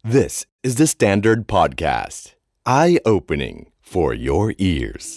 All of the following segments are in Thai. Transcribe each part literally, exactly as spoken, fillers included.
This is the Standard Podcast. Eye-opening for your ears.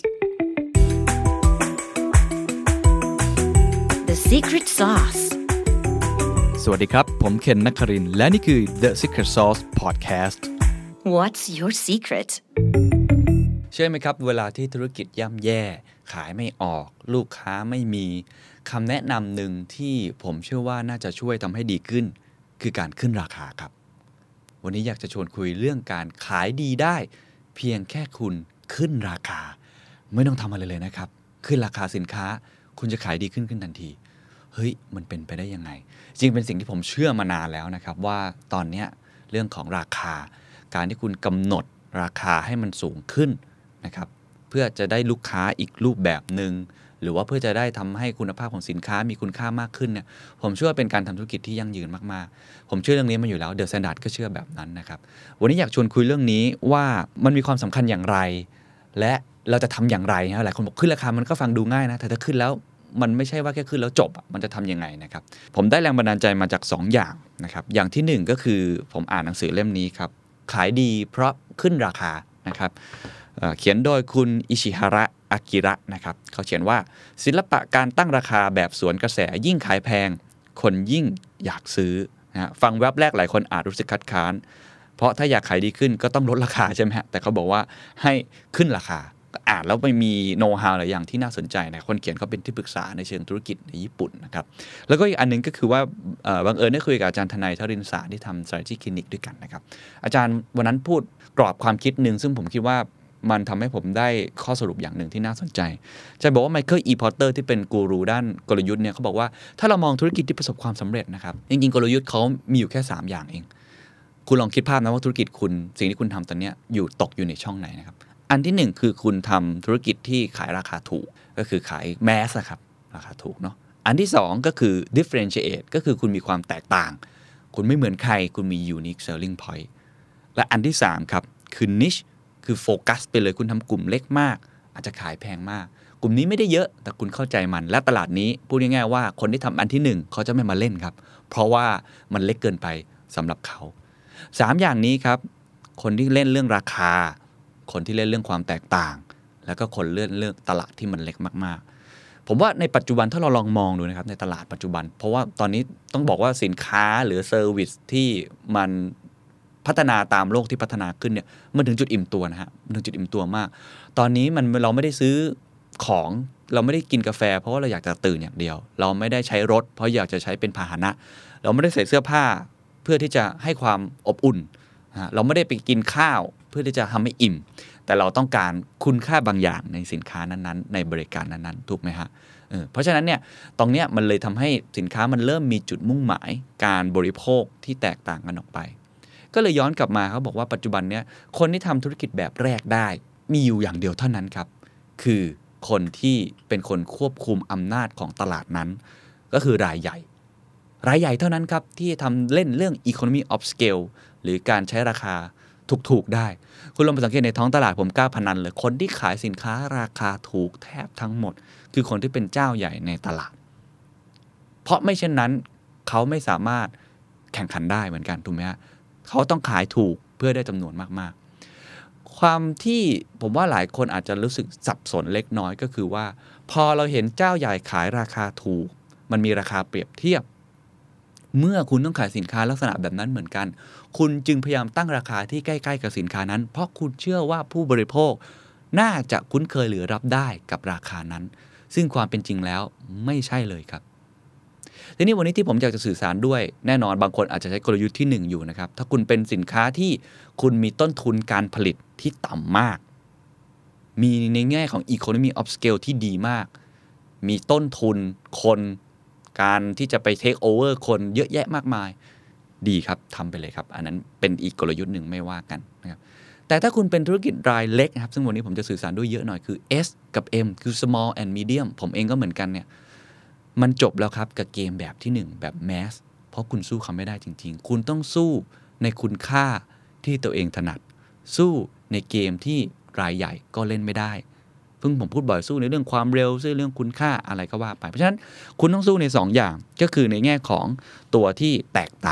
The Secret Sauce สวัสดีครับผมเคนนครินทร์และนี่คือ The Secret Sauce Podcast What's your secret เชื่อไหมครับเวลาที่ธุรกิจย่ำแย่ขายไม่ออกลูกค้าไม่มีคำแนะนำหนึ่งที่ผมเชื่อว่าน่าจะช่วยทำให้ดีขึ้นคือการขึ้นราคาครับวันนี้อยากจะชวนคุยเรื่องการขายดีได้เพียงแค่คุณขึ้นราคาไม่ต้องทำอะไรเลยนะครับขึ้นราคาสินค้าคุณจะขายดีขึ้นขึ้นทันทีเฮ้ยมันเป็นไปได้ยังไงจริงเป็นสิ่งที่ผมเชื่อมานานแล้วนะครับว่าตอนนี้เรื่องของราคาการที่คุณกำหนดราคาให้มันสูงขึ้นนะครับเพื่อจะได้ลูกค้าอีกรูปแบบนึงหรือว่าเพื่อจะได้ทำให้คุณภาพของสินค้ามีคุณค่ามากขึ้นเนี่ยผมเชื่อว่าเป็นการทำธุรกิจที่ยั่งยืนมากๆผมเชื่อเรื่องนี้มาอยู่แล้ว The Standard ก็เชื่อแบบนั้นนะครับวันนี้อยากชวนคุยเรื่องนี้ว่ามันมีความสำคัญอย่างไรและเราจะทำอย่างไรนะหลายคนบอกขึ้นราคามันก็ฟังดูง่ายนะแต่ถ้าขึ้นแล้วมันไม่ใช่ว่าแค่ขึ้นแล้วจบมันจะทำยังไงนะครับผมได้แรงบันดาลใจมาจากสองอย่างนะครับอย่างที่หนึ่งก็คือผมอ่านหนังสือเล่มนี้ครับขายดีเพราะขึ้นราคานะครับเอ่อเขียนโดยคุณอิชิฮาระอากิระนะครับเขาเขียนว่าศิลปะการตั้งราคาแบบสวนกระแสยิ่งขายแพงคนยิ่งอยากซื้อนะฟังแวบแรกหลายคนอาจรู้สึกคัดค้านเพราะถ้าอยากขายดีขึ้นก็ต้องลดราคาใช่ไหมฮะแต่เขาบอกว่าให้ขึ้นราคาอ่านแล้วไม่มีโน้ตฮาวหลายอย่างที่น่าสนใจนะคนเขียนเขาเป็นที่ปรึกษาในเชิงธุรกิจในญี่ปุ่นนะครับแล้วก็อีกอันนึงก็คือว่าเอ่อบังเอิญได้คุยกับอาจารย์ทนายทรินสาที่ทำ strategy clinic ด้วยกันนะครับอาจารย์วันนั้นพูดกรอบความคิดนึงซึ่งผมคิดว่ามันทำให้ผมได้ข้อสรุปอย่างหนึ่งที่น่าสนใจจะบอกว่าไมเคิลอีพอร์เตอร์ที่เป็นกูรูด้านกลยุทธ์เนี่ยเขาบอกว่าถ้าเรามองธุรกิจที่ประสบความสำเร็จนะครับจริงๆกลยุทธ์เขามีอยู่แค่สามอย่างเองคุณลองคิดภาพนะว่าธุรกิจคุณสิ่งที่คุณทำตอนนี้อยู่ตกอยู่ในช่องไหนนะครับอันที่หนึ่งคือคุณทำธุรกิจที่ขายราคาถูกก็คือขายแมสนะครับราคาถูกเนาะอันที่สองก็คือ differentiate ก็คือคุณมีความแตกต่างคุณไม่เหมือนใครคุณมี unique selling point และอันที่สามครับคือ niche คือโฟกัสไปเลยคุณทำกลุ่มเล็กมากอาจจะขายแพงมากกลุ่มนี้ไม่ได้เยอะแต่คุณเข้าใจมันและตลาดนี้พูดง่ายๆว่าคนที่ทำอันที่หนึ่งเขาจะไม่มาเล่นครับเพราะว่ามันเล็กเกินไปสำหรับเขาสามอย่างนี้ครับคนที่เล่นเรื่องราคาคนที่เล่นเรื่องความแตกต่างแล้วก็คนเล่นเรื่องตลาดที่มันเล็กมากๆผมว่าในปัจจุบันถ้าเราลองมองดูนะครับในตลาดปัจจุบันเพราะว่าตอนนี้ต้องบอกว่าสินค้าหรือเซอร์วิสที่มันพัฒนาตามโลกที่พัฒนาขึ้นเนี่ยมันถึงจุดอิ่มตัวนะฮะถึงจุดอิ่มตัวมากตอนนี้มันเราไม่ได้ซื้อของเราไม่ได้กินกาแฟเพราะว่าเราอยากจะตื่นอย่างเดียวเราไม่ได้ใช้รถเพราะอยากจะใช้เป็นพาหนะเราไม่ได้ใส่เสื้อผ้าเพื่อที่จะให้ความอบอุ่นเราไม่ได้ไปกินข้าวเพื่อที่จะทำให้อิ่มแต่เราต้องการคุณค่าบางอย่างในสินค้านั้นๆในบริการนั้นๆถูกไหมฮะเออเพราะฉะนั้นเนี่ยตรงเนี้ยมันเลยทำให้สินค้ามันเริ่มมีจุดมุ่งหมายการบริโภคที่แตกต่างกันออกไปก็เลยย้อนกลับมาเขาบอกว่าปัจจุบันเนี้ยคนที่ทำธุรกิจแบบแรกได้มีอยู่อย่างเดียวเท่านั้นครับคือคนที่เป็นคนควบคุมอำนาจของตลาดนั้นก็คือรายใหญ่รายใหญ่เท่านั้นครับที่ทำเล่นเรื่อง economy of scale หรือการใช้ราคาถูกๆได้คุณลองไปสังเกตในท้องตลาดผมกล้าพนันเลยคนที่ขายสินค้าราคาถูกแทบทั้งหมดคือคนที่เป็นเจ้าใหญ่ในตลาดเพราะไม่เช่นนั้นเขาไม่สามารถแข่งขันได้เหมือนกันถูกไหมฮะเขาต้องขายถูกเพื่อได้จำนวนมากๆความที่ผมว่าหลายคนอาจจะรู้สึกสับสนเล็กน้อยก็คือว่าพอเราเห็นเจ้าใหญ่ขายราคาถูกมันมีราคาเปรียบเทียบเมื่อคุณต้องขายสินค้าลักษณะแบบนั้นเหมือนกันคุณจึงพยายามตั้งราคาที่ใกล้ๆกับสินค้านั้นเพราะคุณเชื่อว่าผู้บริโภคน่าจะคุ้นเคยหรือรับได้กับราคานั้นซึ่งความเป็นจริงแล้วไม่ใช่เลยครับทีนี้วันนี้ที่ผมอยากจะสื่อสารด้วยแน่นอนบางคนอาจจะใช้กลยุทธ์ที่หนึ่งอยู่นะครับถ้าคุณเป็นสินค้าที่คุณมีต้นทุนการผลิตที่ต่ำมากมีในแง่ของ economy of scale ที่ดีมากมีต้นทุนคนการที่จะไป take over คนเยอะแยะมากมายดีครับทำไปเลยครับอันนั้นเป็นอีกกลยุทธ์หนึ่งไม่ว่ากันนะครับแต่ถ้าคุณเป็นธุรกิจรายเล็กนะครับซึ่งวันนี้ผมจะสื่อสารด้วยเยอะหน่อยคือ S กับ M คือ small and medium ผมเองก็เหมือนกันเนี่ยมันจบแล้วครับกับเกมแบบที่หนึ่งแบบแมสเพราะคุณสู้เขาไม่ได้จริงๆคุณต้องสู้ในคุณค่าที่ตัวเองถนัดสู้ในเกมที่รายใหญ่ก็เล่นไม่ได้เพิ่งผมพูดบ่อยสู้ในเรื่องความเร็วสู้เรื่องคุณค่าอะไรก็ว่าไปเพราะฉะนั้นคุณต้องสู้ในสองอย่างก็คือในแง่ของตัวที่แตกต่าง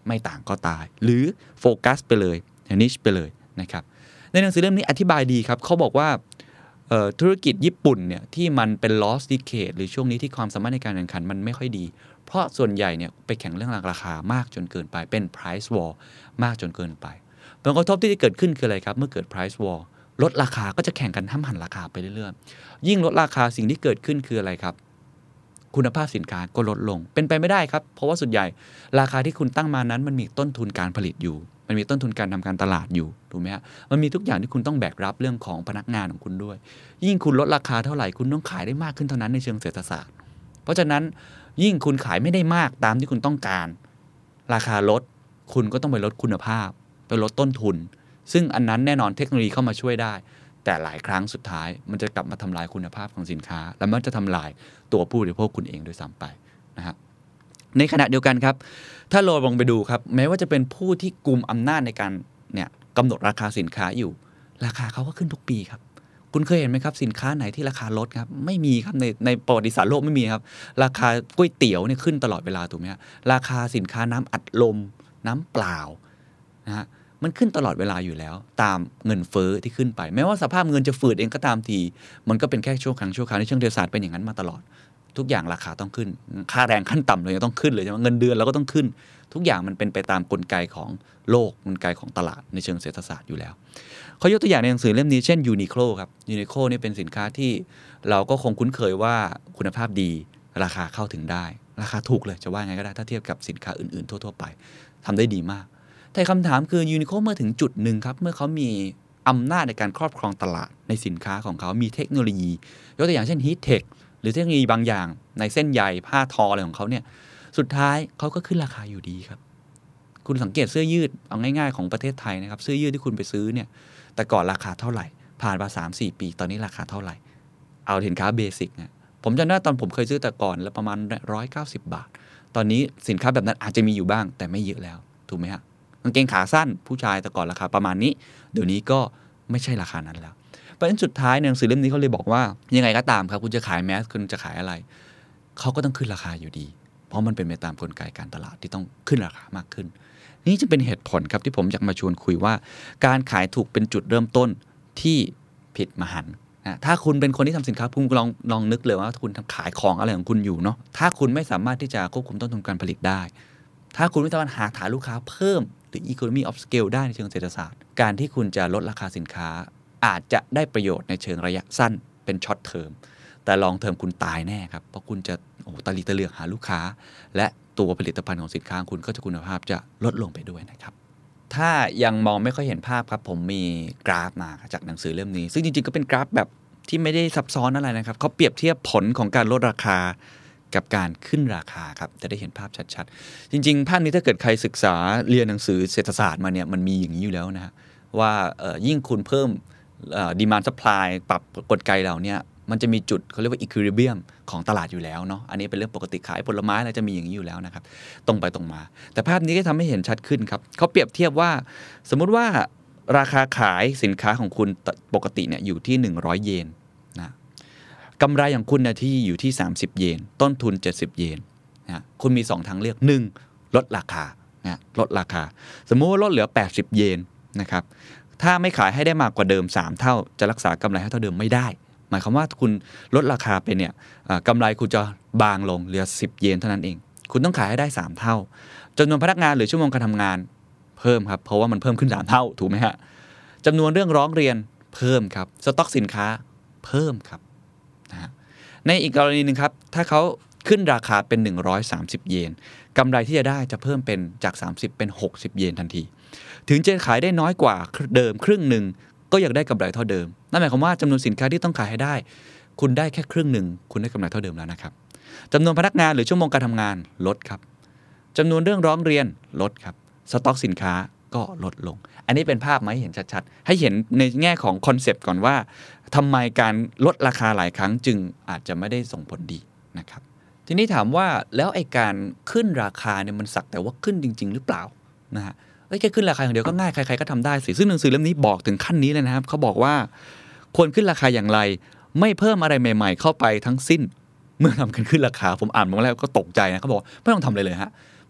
ไม่ต่างก็ตายหรือโฟกัสไปเลยนิชไปเลยนะครับในหนังสือเล่มนี้อธิบายดีครับเขาบอกว่าธุรกิจญี่ปุ่นเนี่ยที่มันเป็น lost decade หรือช่วงนี้ที่ความสามารถในการแข่งขันมันไม่ค่อยดีเพราะส่วนใหญ่เนี่ยไปแข่งเรื่องราคามากจนเกินไปเป็น price war มากจนเกินไปผลกระทบที่จะเกิดขึ้นคืออะไรครับเมื่อเกิด price war ลดราคาก็จะแข่งกันห้ำหั่นราคาไปเรื่อยๆยิ่งลดราคาสิ่งที่เกิดขึ้นคืออะไรครับคุณภาพสินค้าก็ลดลงเป็นไปไม่ได้ครับเพราะว่าส่วนใหญ่ราคาที่คุณตั้งมานั้นมันมีต้นทุนการผลิตอยู่มันมีต้นทุนการทำการตลาดอยู่ถูกไหมฮะมันมีทุกอย่างที่คุณต้องแบกรับเรื่องของพนักงานของคุณด้วยยิ่งคุณลดราคาเท่าไหร่คุณต้องขายได้มากขึ้นเท่านั้นในเชิงเศรษฐศาสตร์เพราะฉะนั้นยิ่งคุณขายไม่ได้มากตามที่คุณต้องการราคาลดคุณก็ต้องไปลดคุณภาพไปลดต้นทุนซึ่งอันนั้นแน่นอนเทคโนโลยีเข้ามาช่วยได้แต่หลายครั้งสุดท้ายมันจะกลับมาทำลายคุณภาพของสินค้าและมันจะทำลายตัวผู้บริโภคคุณเองด้วยซ้ำไปนะฮะในขณะเดียวกันครับถ้าเราลองไปดูครับแม้ว่าจะเป็นผู้ที่กุมอำนาจในการเนี่ยกำหนดราคาสินค้าอยู่ราคาเขาก็ขึ้นทุกปีครับคุณเคยเห็นไหมครับสินค้าไหนที่ราคาลดครับไม่มีครับในในประวัติศาสตร์โลกไม่มีครับราคาก๋วยเตี๋ยวเนี่ยขึ้นตลอดเวลาถูกไหมฮะราคาสินค้าน้ำอัดลมน้ำเปล่านะฮะมันขึ้นตลอดเวลาอยู่แล้วตามเงินเฟ้อที่ขึ้นไปแม้ว่าสภาพเงินจะฝืดเองก็ตามทีมันก็เป็นแค่ชั่วครั้งชั่วคราวในเชิงเศรษฐศาสตร์เป็นอย่างนั้นมาตลอดทุกอย่างราคาต้องขึ้นค่าแรงขั้นต่ำเลยต้องขึ้นเลยใช่ไหมเงินเดือนเราก็ต้องขึ้นทุกอย่างมันเป็นไปตามกลไกของโลกกลไกของตลาดในเชิงเศรษฐศาสตร์อยู่แล้วเขายกตัวอย่างในหนังสือเล่มนี้เช่น Uniqlo ครับ Uniqlo นี่เป็นสินค้าที่เราก็คงคุ้นเคยว่าคุณภาพดีราคาเข้าถึงได้ราคาถูกเลยจะว่าไงก็ได้ถ้าเทียบกับสินค้าอื่นๆทั่วๆไปทำได้ดีมากแต่คำถามคือ Uniqlo เมื่อถึงจุดหนึ่งครับเมื่อเขามีอำนาจในการครอบครองตลาดในสินค้าของเขามีเทคโนโลยียกตัวอย่างเช่น Heat Tech หรือเทคโนโลยีบางอย่างในเส้นใยผ้าทออะไรของเขาเนี่ยสุดท้ายเขาก็ขึ้นราคาอยู่ดีครับคุณสังเกตเสื้อยืดเอาง่ายๆของประเทศไทยนะครับเสื้อยืดที่คุณไปซื้อเนี่ยแต่ก่อนราคาเท่าไหร่ผ่านมา สามสี่ ปีตอนนี้ราคาเท่าไหร่เอาสินค้าเบสิกนะผมจำได้ตอนผมเคยซื้อแต่ก่อนแล้วประมาณหนึ่งร้อยเก้าสิบบาทตอนนี้สินค้าแบบนั้นอาจจะมีอยู่บ้างแต่ไม่เยอะแล้วถูกไหมฮะกางเกงขาสั้นผู้ชายแต่ก่อนราคาประมาณนี้เดี๋ยวนี้ก็ไม่ใช่ราคานั้นแล้วเพราะฉะนั้นสุดท้ายในหนังสือเล่มนี้เขาเลยบอกว่ายังไงก็ตามครับคุณจะขายแมสคุณจะขายอะไรเขาก็ต้องขึ้นราคาอยู่ดีเพราะมันเป็นไปตามกลไกการตลาดที่ต้องขึ้นราคามากขึ้นนี่จะเป็นเหตุผลครับที่ผมอยากมาชวนคุยว่าการขายถูกเป็นจุดเริ่มต้นที่ผิดมหันต์นะถ้าคุณเป็นคนที่ทำสินค้าคุณลองลองนึกเลยว่าคุณทำขายของอะไรของคุณอยู่เนาะถ้าคุณไม่สามารถที่จะควบคุมต้นทุนการผลิตได้ถ้าคุณไม่สามารถหาฐานลูกค้าเพิ่มหรือ economy of scale ได้ในเชิงเศรษฐศาสตร์การที่คุณจะลดราคาสินค้าอาจจะได้ประโยชน์ในเชิงระยะสั้นเป็นช็อตเทอมแต่ลองเทอมคุณตายแน่ครับเพราะคุณจะโอ้ตะลีตะเลือกหาลูกค้าและตัวผลิตภัณฑ์ของสินค้าคุณก็จะคุณภาพจะลดลงไปด้วยนะครับถ้ายังมองไม่ค่อยเห็นภาพครับผมมีกราฟมาจากหนังสือเล่มนี้ซึ่งจริงๆก็เป็นกราฟแบบที่ไม่ได้ซับซ้อนอะไรนะครับเขาเปรียบเทียบผลของการลดราคากับการขึ้นราคาครับจะได้เห็นภาพชัดๆจริงๆภาพนี้ถ้าเกิดใครศึกษาเรียนหนังสือเศรษฐศาสตร์มาเนี่ยมันมีอย่างนี้อยู่แล้วนะฮะว่ายิ่งคุณเพิ่มดีมานด์ซัพพลายปรับกลไกเหล่านี้มันจะมีจุดเขาเรียกว่าอีควิลิเบียมของตลาดอยู่แล้วเนาะอันนี้เป็นเรื่องปกติขายผลไม้อะไรจะมีอย่างนี้อยู่แล้วนะครับตรงไปตรงมาแต่ภาพนี้ก็ทำให้เห็นชัดขึ้นครับเขาเปรียบเทียบว่าสมมุติว่าราคาขายสินค้าของคุณปกติเนี่ยอยู่ที่หนึ่งร้อยเยนนะกำไรของคุณนะที่อยู่ที่สามสิบเยนต้นทุนเจ็ดสิบเยนนะคุณมีสองทางเลือกหนึ่งลดราคานะลดราคาสมมุติว่าลดเหลือแปดสิบเยนนะครับถ้าไม่ขายให้ได้มากกว่าเดิมสามเท่าจะรักษากำไรให้เท่าเดิมไม่ได้หมายความว่าคุณลดราคาไปเนี่ยกำไรคุณจะบางลงเหลือสิบเยนเท่านั้นเองคุณต้องขายให้ได้สามเท่าจำนวนพนักงานหรือชั่วโมงการทำงานเพิ่มครับเพราะว่ามันเพิ่มขึ้นสามเท่าถูกไหมฮะจำนวนเรื่องร้องเรียนเพิ่มครับสต็อกสินค้าเพิ่มครับนะฮะในอีกกรณีนึงครับถ้าเขาขึ้นราคาเป็นหนึ่งร้อยสามสิบเยนกำไรที่จะได้จะเพิ่มเป็นจากสามสิบเป็นหกสิบเยนทันทีถึงจะขายได้น้อยกว่าเดิมครึ่งนึงก็อยากได้กำไรเท่าเดิมนั่นหมายความว่าจำนวนสินค้าที่ต้องขายให้ได้คุณได้แค่ครึ่งหนึ่งคุณได้กำไรเท่าเดิมแล้วนะครับจำนวนพนักงานหรือชั่วโมงการทำงานลดครับจำนวนเรื่องร้องเรียนลดครับสต็อกสินค้าก็ลดลงอันนี้เป็นภาพมาให้เห็นชัดๆให้เห็นในแง่ของคอนเซปต์ก่อนว่าทำไมการลดราคาหลายครั้งจึงอาจจะไม่ได้ส่งผลดีนะครับทีนี้ถามว่าแล้วไอ้การขึ้นราคาเนี่ยมันสักแต่ว่าขึ้นจริงๆหรือเปล่านะฮะแค่ขึ้นราคาอย่างเดียวก็ง่ายใครๆก็ทำได้สิซึ่งหนังสือเล่มนี้บอกถึงขั้นนี้เลยนะครับเขาบอกว่าควรขึ้นราคาอย่างไรไม่เพิ่มอะไรใหม่ๆเข้าไปทั้งสิ้นเมื่อทำกันขึ้นราคาผมอ่านมาแล้วก็ตกใจนะเขาบอกไม่ต้องทำอะไรเลยฮะ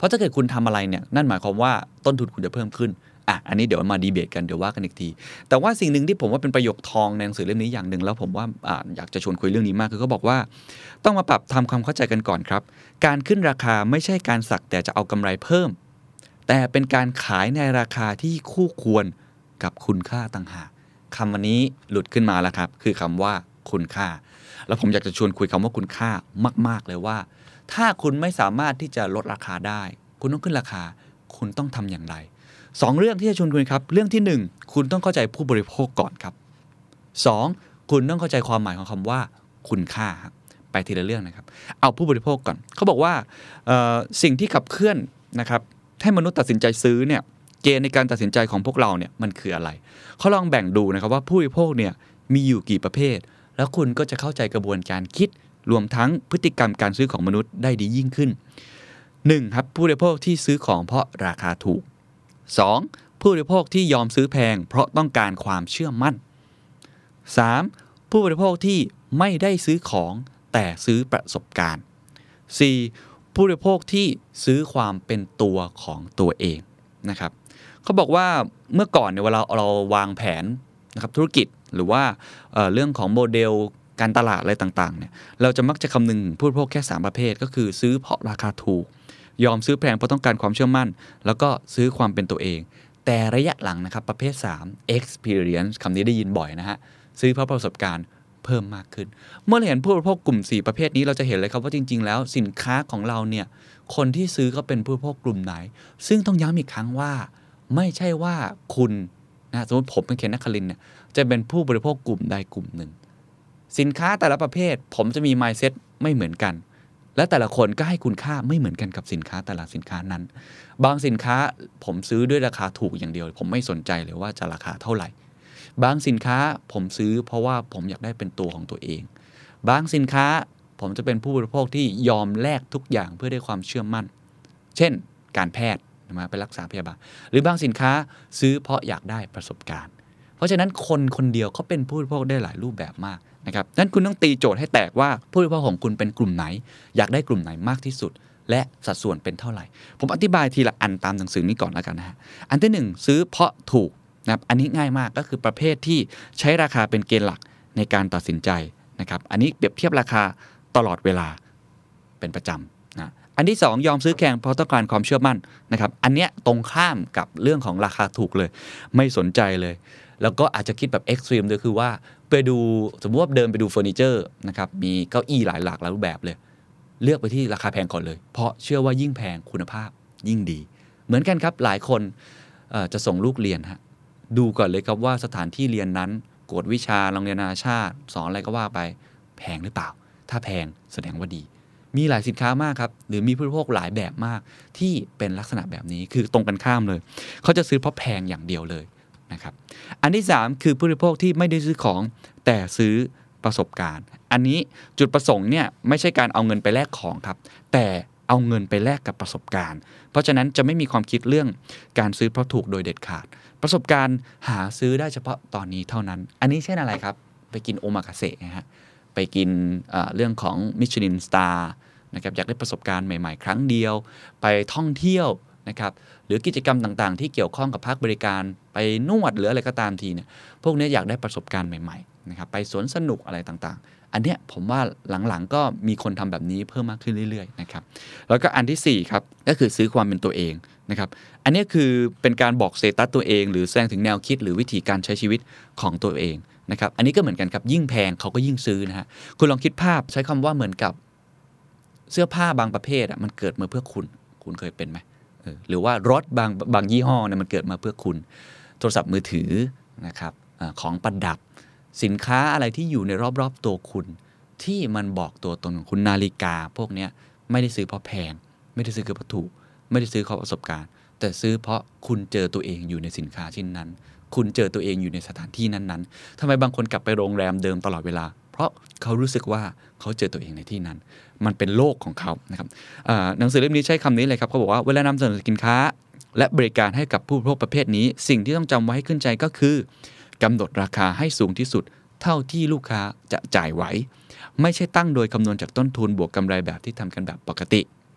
ราะถ้าเกิดคุณทำอะไรเนี่ยนั่นหมายความว่าต้นทุนคุณจะเพิ่มขึ้นอ่ะอันนี้เดี๋ยวมาดีเบตกันเดี๋ยวว่ากันอีกทีแต่ว่าสิ่งหนึ่งที่ผมว่าเป็นประโยคทองในหนังสือเล่มนี้อย่างหนึ่งแล้วผมว่าอ่าอยากจะชวนคุยเรื่องนี้มากคือเขาบอกว่าต้องมาปรับทำความเข้าใจกันก่อนครับการขึ้นราคาไม่ใช่การสักแต่จะเอากำไรเพิ่มแต่เป็นการขายในราคาที่คู่ควรกับคุณค่าต่างหากคำวันนี้หลุดขึ้นมาแล้วครับคือคำว่าคุณค่าแล้วผมอยากจะชวนคุยคำว่าคุณค่ามากๆเลยว่าถ้าคุณไม่สามารถที่จะลดราคาได้คุณต้องขึ้นราคาคุณต้องทำอย่างไรสองเรื่องที่จะชวนคุยครับเรื่องที่หนึ่งคุณต้องเข้าใจผู้บริโภคก่อนครับสองคุณต้องเข้าใจความหมายของคำว่าคุณค่าครับไปทีละเรื่องนะครับเอาผู้บริโภคก่อนเขาบอกว่าสิ่งที่ขับเคลื่อนนะครับให้มนุษย์ตัดสินใจซื้อเนี่ยเกณฑ์ในการตัดสินใจของพวกเราเนี่ยมันคืออะไรเขาลองแบ่งดูนะครับว่าผู้บริโภคเนี่ยมีอยู่กี่ประเภทแล้วคุณก็จะเข้าใจกระบวนการคิดรวมทั้งพฤติกรรมการซื้อของมนุษย์ได้ดียิ่งขึ้นหนึ่งครับผู้บริโภคที่ซื้อของเพราะราคาถูกสองผู้บริโภคที่ยอมซื้อแพงเพราะต้องการความเชื่อมั่นสามผู้บริโภคที่ไม่ได้ซื้อของแต่ซื้อประสบการณ์สี่ผู้บริโภคที่ซื้อความเป็นตัวของตัวเองนะครับเขาบอกว่าเมื่อก่อนเนี่ยเวลาเราวางแผนนะครับธุรกิจหรือว่าเอ่อเรื่องของโมเดลการตลาดอะไรต่างๆเนี่ยเราจะมักจะคำนึงผู้บริโภคแค่สามประเภทก็คือซื้อเพราะราคาถูกยอมซื้อแพงเพราะต้องการความเชื่อมั่นแล้วก็ซื้อความเป็นตัวเองแต่ระยะหลังนะครับประเภทสาม experience คำนี้ได้ยินบ่อยนะฮะซื้อเพราะประสบการณ์เพิ่มมากขึ้นเมื่อเราเห็นผู้บริโภคกลุ่มสี่ประเภทนี้เราจะเห็นเลยครับว่าจริงๆแล้วสินค้าของเราเนี่ยคนที่ซื้อก็เป็นผู้บริโภคกลุ่มไหนซึ่งต้องย้ำอีกครั้งว่าไม่ใช่ว่าคุณนะสมมติผมเป็นเคนนักคลินเนี่ยจะเป็นผู้บริโภคกลุ่มใดกลุ่มหนึ่งสินค้าแต่ละประเภทผมจะมี mindset ไม่เหมือนกันและแต่ละคนก็ให้คุณค่าไม่เหมือนกันกับสินค้าแต่ละสินค้านั้นบางสินค้าผมซื้อด้วยราคาถูกอย่างเดียวผมไม่สนใจเลยว่าจะราคาเท่าไหร่บางสินค้าผมซื้อเพราะว่าผมอยากได้เป็นตัวของตัวเองบางสินค้าผมจะเป็นผู้บริโภคที่ยอมแลกทุกอย่างเพื่อได้ความเชื่อมั่นเช่นการแพทย์มาไปรักษาพยาบาลหรือบางสินค้าซื้อเพราะอยากได้ประสบการณ์เพราะฉะนั้นคนคนเดียวเขาเป็นผู้บริโภคได้หลายรูปแบบมากนะครับนั้นคุณต้องตีโจทย์ให้แตกว่าผู้บริโภคของคุณเป็นกลุ่มไหนอยากได้กลุ่มไหนมากที่สุดและสัดส่วนเป็นเท่าไหร่ผมอธิบายทีละอันตามหนังสือนี้ก่อนแล้วกันนะฮะอันที่หนึ่งซื้อเพราะถูกนะครับอันนี้ง่ายมากก็คือประเภทที่ใช้ราคาเป็นเกณฑ์หลักในการตัดสินใจนะครับอันนี้เปรียบเทียบราคาตลอดเวลาเป็นประจำนะอันที่สองยอมซื้อแพงเพราะต้องการความเชื่อมั่นนะครับอันเนี้ยตรงข้ามกับเรื่องของราคาถูกเลยไม่สนใจเลยแล้วก็อาจจะคิดแบบเอ็กซ์ตรีมด้วยคือว่าไปดูสมมติว่าเดินไปดูเฟอร์นิเจอร์นะครับมีเก้าอี้หลายหลากหลายรูปแบบเลยเลือกไปที่ราคาแพงก่อนเลยเพราะเชื่อว่ายิ่งแพงคุณภาพยิ่งดีเหมือนกันครับหลายคนจะส่งลูกเรียนฮะดูก่อนเลยครับว่าสถานที่เรียนนั้นกวดวิชาโรงเรียนนานาชาติสอนอะไรก็ว่าไปแพงหรือเปล่าถ้าแพงแสดงว่าดีมีหลายสินค้ามากครับหรือมีผู้บริโภคหลายแบบมากที่เป็นลักษณะแบบนี้คือตรงกันข้ามเลยเขาจะซื้อเพราะแพงอย่างเดียวเลยนะครับอันที่สามคือผู้บริโภคที่ไม่ได้ซื้อของแต่ซื้อประสบการณ์อันนี้จุดประสงค์เนี่ยไม่ใช่การเอาเงินไปแลกของครับแต่เอาเงินไปแลกกับประสบการณ์เพราะฉะนั้นจะไม่มีความคิดเรื่องการซื้อเพราะถูกโดยเด็ดขาดประสบการณ์หาซื้อได้เฉพาะตอนนี้เท่านั้นอันนี้เช่นอะไรครับไปกินโอมากาเสะนะฮะไปกินเอ่อเรื่องของมิชลินสตาร์นะครับอยากได้ประสบการณ์ใหม่ๆครั้งเดียวไปท่องเที่ยวนะครับหรือกิจกรรมต่างๆที่เกี่ยวข้องกับภาคบริการไปนวดหรืออะไรก็ตามทีเนี่ยพวกนี้อยากได้ประสบการณ์ใหม่ๆนะครับไปสวนสนุกอะไรต่างๆอันเนี้ยผมว่าหลังๆก็มีคนทำแบบนี้เพิ่มมากขึ้นเรื่อยๆนะครับแล้วก็อันที่สี่ครับก็คือซื้อความเป็นตัวเองนะครับอันนี้คือเป็นการบอกสเตตัสตัวเองหรือแสดงถึงแนวคิดหรือวิธีการใช้ชีวิตของตัวเองนะครับอันนี้ก็เหมือนกันครับยิ่งแพงเขาก็ยิ่งซื้อนะฮะคุณลองคิดภาพใช้คำว่าเหมือนกับเสื้อผ้าบางประเภทอ่ะมันเกิดมาเพื่อคุณคุณเคยเป็นไหมเออหรือว่ารถบางบางยี่ห้อเนี่ยมันเกิดมาเพื่อคุณโทรศัพท์มือถือนะครับอ่าของประดับสินค้าอะไรที่อยู่ในรอบๆตัวคุณที่มันบอกตัวตนของคุณนาฬิกาพวกนี้ไม่ได้ซื้อเพราะแพงไม่ได้ซื้อเพราะถูกไม่ได้ซื้อเพราะประสบการณ์แต่ซื้อเพราะคุณเจอตัวเองอยู่ในสินค้าชิ้นนั้นคุณเจอตัวเองอยู่ในสถานที่นั้นๆทำไมบางคนกลับไปโรงแรมเดิมตลอดเวลาเพราะเขารู้สึกว่าเขาเจอตัวเองในที่นั้นมันเป็นโลกของเขานะครับหนังสือเล่มนี้ใช้คำนี้เลยครับเขาบอกว่าเวลานำเสนอสินค้าและบริการให้กับผู้บริโภคประเภทนี้สิ่งที่ต้องจำไว้ให้ขึ้นใจก็คือกำหนดราคาให้สูงที่สุดเท่าที่ลูกค้าจะจ่ายไหวไม่ใช่ตั้งโดยคำนวณจากต้นทุนบวกกำไรแบบที่ทำกันแบบปกติ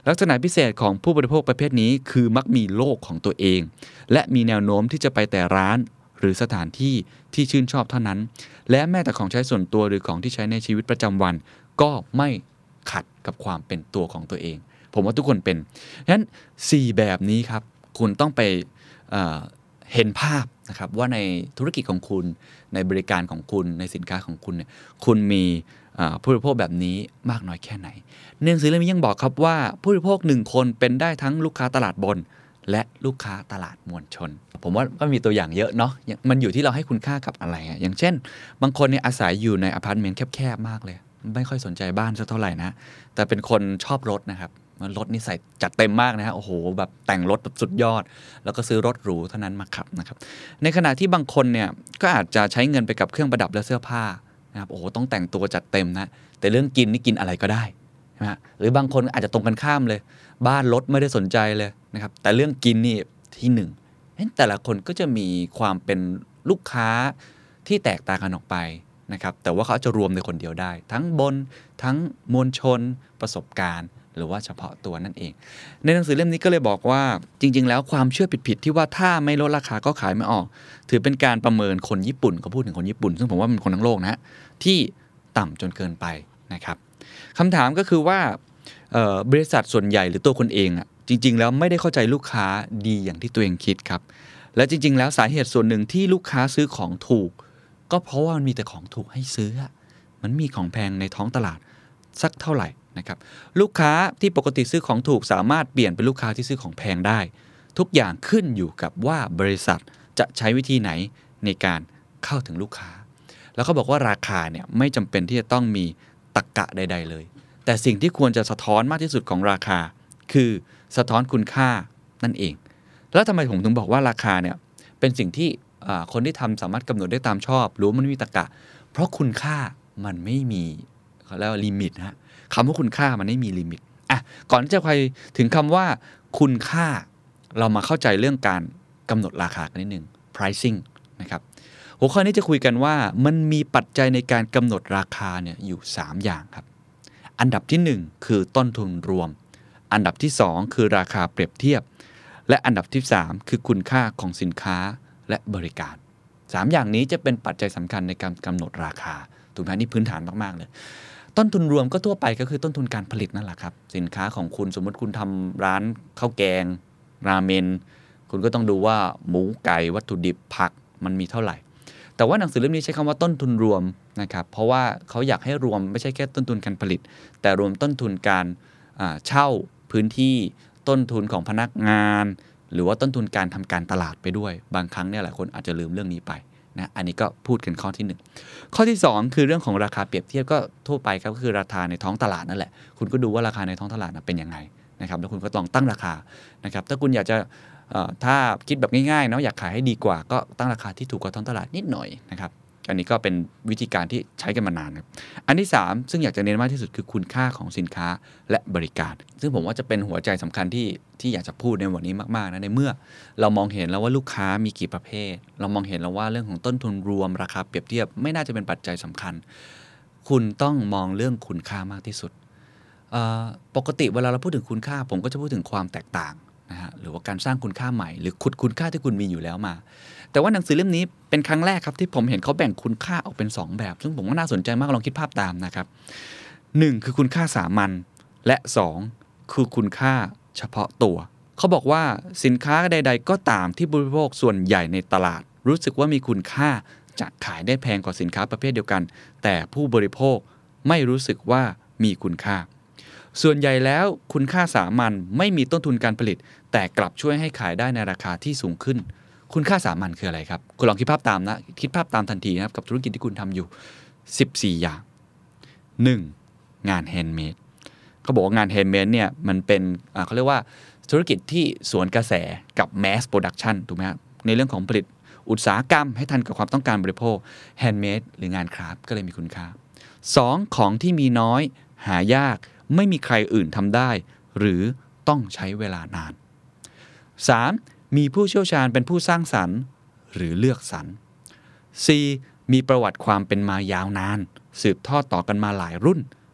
ลักษณะพิเศษของผู้บริโภคประเภทนี้คือมักมีโลกของตัวเองและมีแนวโน้มที่จะไปแต่ร้านหรือสถานที่ที่ชื่นชอบเท่านั้นและแม้แต่ของใช้ส่วนตัวหรือของที่ใช้ในชีวิตประจำวันก็ไม่ขัดกับความเป็นตัวของตัวเองผมว่าทุกคนเป็นฉะนั้นสี่แบบนี้ครับคุณต้องไปเอ่อเห็นภาพนะครับว่าในธุรกิจของคุณในบริการของคุณในสินค้าของคุณเนี่ยคุณมีผู้บริโภคแบบนี้มากน้อยแค่ไหนหนังสือเล่มนี้ยังบอกครับว่าผู้บริโภคหนึ่งคนเป็นได้ทั้งลูกค้าตลาดบนและลูกค้าตลาดมวลชนผมว่าก็มีตัวอย่างเยอะเนาะมันอยู่ที่เราให้คุณค่ากับอะไรอ่ะอย่างเช่นบางคนเนี่ยอาศัยอยู่ในอพาร์ตเมนต์แคบๆมากเลยไม่ค่อยสนใจบ้านสักเท่าไหร่นะแต่เป็นคนชอบรถนะครับรถนี่ใส่จัดเต็มมากนะฮะโอ้โหแบบแต่งรถแบบสุดยอดแล้วก็ซื้อรถหรูเท่านั้นมาขับนะครับในขณะที่บางคนเนี่ยก็อาจจะใช้เงินไปกับเครื่องประดับและเสื้อผ้านะครับโอ้โหต้องแต่งตัวจัดเต็มนะแต่เรื่องกินนี่กินอะไรก็ได้ใช่ไหมหรือบางคนอาจจะตรงกันข้ามเลยบ้านรถไม่ได้สนใจเลยนะครับแต่เรื่องกินนี่ที่หนึ่งแต่ละคนก็จะมีความเป็นลูกค้าที่แตกต่างกันออกไปนะครับแต่ว่าเขาจะรวมในคนเดียวได้ทั้งบนทั้งมวลชนประสบการณ์หรือว่าเฉพาะตัวนั่นเองในหนังสือเล่มนี้ก็เลยบอกว่าจริงๆแล้วความเชื่อผิดๆที่ว่าถ้าไม่ลดราคาก็ขายไม่ออกถือเป็นการประเมินคนญี่ปุ่นเขาพูดถึงคนญี่ปุ่นซึ่งผมว่าเป็นคนทั้งโลกนะที่ต่ำจนเกินไปนะครับคำถามก็คือว่าบริษัทส่วนใหญ่หรือตัวคนเองอ่ะจริงๆแล้วไม่ได้เข้าใจลูกค้าดีอย่างที่ตัวเองคิดครับและจริงๆแล้วสาเหตุส่วนหนึ่งที่ลูกค้าซื้อของถูกก็เพราะว่ามันมีแต่ของถูกให้ซื้อมันมีของแพงในท้องตลาดสักเท่าไหร่นะครับลูกค้าที่ปกติซื้อของถูกสามารถเปลี่ยนเป็นลูกค้าที่ซื้อของแพงได้ทุกอย่างขึ้นอยู่กับว่าบริษัทจะใช้วิธีไหนในการเข้าถึงลูกค้าแล้วเขาบอกว่าราคาเนี่ยไม่จำเป็นที่จะต้องมีตรรกะใดๆเลยแต่สิ่งที่ควรจะสะท้อนมากที่สุดของราคาคือสะท้อนคุณค่านั่นเองแล้วทำไมผมถึงบอกว่าราคาเนี่ยเป็นสิ่งที่คนที่ทำสามารถกำหนดได้ตามชอบรู้มันมีตรรกะเพราะคุณค่ามันไม่มีเขาเรียกว่าลิมิตฮะคำว่าคุณค่ามันไม่มีลิมิตอ่ะก่อนที่จะไปถึงคำว่าคุณค่าเรามาเข้าใจเรื่องการกำหนดราคากันนิดนึง pricing นะครับหัวข้อนี้จะคุยกันว่ามันมีปัจจัยในการกำหนดราคาเนี่ยอยู่สามอย่างครับอันดับที่หนึ่งคือต้นทุนรวมอันดับที่สองคือราคาเปรียบเทียบและอันดับที่สามคือคุณค่าของสินค้าและบริการสามอย่างนี้จะเป็นปัจจัยสำคัญในการกำหนดราคาถูกไหมนี่พื้นฐานมากๆเลยต้นทุนรวมก็ทั่วไปก็คือต้นทุนการผลิตนั่นแหละครับสินค้าของคุณสมมติคุณทำร้านข้าวแกงราเมนคุณก็ต้องดูว่าหมูไก่วัตถุดิบผักมันมีเท่าไหร่แต่ว่าหนังสือเล่มนี้ใช้คำว่าต้นทุนรวมนะครับเพราะว่าเขาอยากให้รวมไม่ใช่แค่ต้นทุนการผลิตแต่รวมต้นทุนการเช่าพื้นที่ต้นทุนของพนักงานหรือว่าต้นทุนการทำการตลาดไปด้วยบางครั้งเนี่ยหลายคนอาจจะลืมเรื่องนี้ไปนะอันนี้ก็พูดกันข้อที่หนึ่งข้อที่สองคือเรื่องของราคาเปรียบเทียบก็ทั่วไปครับก็คือราคาในท้องตลาดนั่นแหละคุณก็ดูว่าราคาในท้องตลาดเป็นยังไงนะครับแล้วคุณก็ลองตั้งราคานะครับถ้าคุณอยากจะถ้าคิดแบบง่ายๆเนาะอยากขายให้ดีกว่าก็ตั้งราคาที่ถูกกว่าท้องตลาดนิดหน่อยนะครับอันนี้ก็เป็นวิธีการที่ใช้กันมานานครับอันที่สามซึ่งอยากจะเน้นมากที่สุดคือคุณค่าของสินค้าและบริการซึ่งผมว่าจะเป็นหัวใจสำคัญที่ที่อยากจะพูดในวันนี้มากๆนะในเมื่อเรามองเห็นแล้วว่าลูกค้ามีกี่ประเภทเรามองเห็นแล้วว่าเรื่องของต้นทุนรวมราคาเปรียบเทียบไม่น่าจะเป็นปัจจัยสำคัญคุณต้องมองเรื่องคุณค่ามากที่สุดปกติเวลาเราพูดถึงคุณค่าผมก็จะพูดถึงความแตกต่างนะฮะหรือว่าการสร้างคุณค่าใหม่หรือขุดคุณค่าที่คุณมีอยู่แล้วมาแต่ว่าหนังสือเล่มนี้เป็นครั้งแรกครับที่ผมเห็นเขาแบ่งคุณค่าออกเป็นสองแบบซึ่งผมว่าน่าสนใจมากลองคิดภาพตามนะครับหนึ่งคือคุณค่าสามัญและสองคือคุณค่าเฉพาะตัวเขาบอกว่าสินค้าใดๆก็ตามที่บริโภคส่วนใหญ่ในตลาดรู้สึกว่ามีคุณค่าจะขายได้แพงกว่าสินค้าประเภทเดียวกันแต่ผู้บริโภคไม่รู้สึกว่ามีคุณค่าส่วนใหญ่แล้วคุณค่าสามัญไม่มีต้นทุนการผลิตแต่กลับช่วยให้ขายได้ในราคาที่สูงขึ้นคุณค่าสามัญคืออะไรครับคุณลองคิดภาพตามนะคิดภาพตามทันทีนะครับกับธุรกิจที่คุณทำอยู่สิบสี่อย่างหนึ่งงานแฮนด์เมดเขาบอกว่างานแฮนด์เมดเนี่ยมันเป็นเขาเรียกว่าธุรกิจที่สวนกระแสกับแมสโปรดักชันถูกไหมครับในเรื่องของผลิตอุตสาหกรรมให้ทันกับความต้องการบริโภคแฮนด์เมดหรืองานคราฟต์ก็เลยมีคุณค่าสองของที่มีน้อยหายากไม่มีใครอื่นทำได้หรือต้องใช้เวลานาน สาม. มีผู้เชี่ยวชาญเป็นผู้สร้างสรรค์หรือเลือกสรร สี่. มีประวัติความเป็นมายาวนานสืบทอดต่อกันมาหลายรุ่น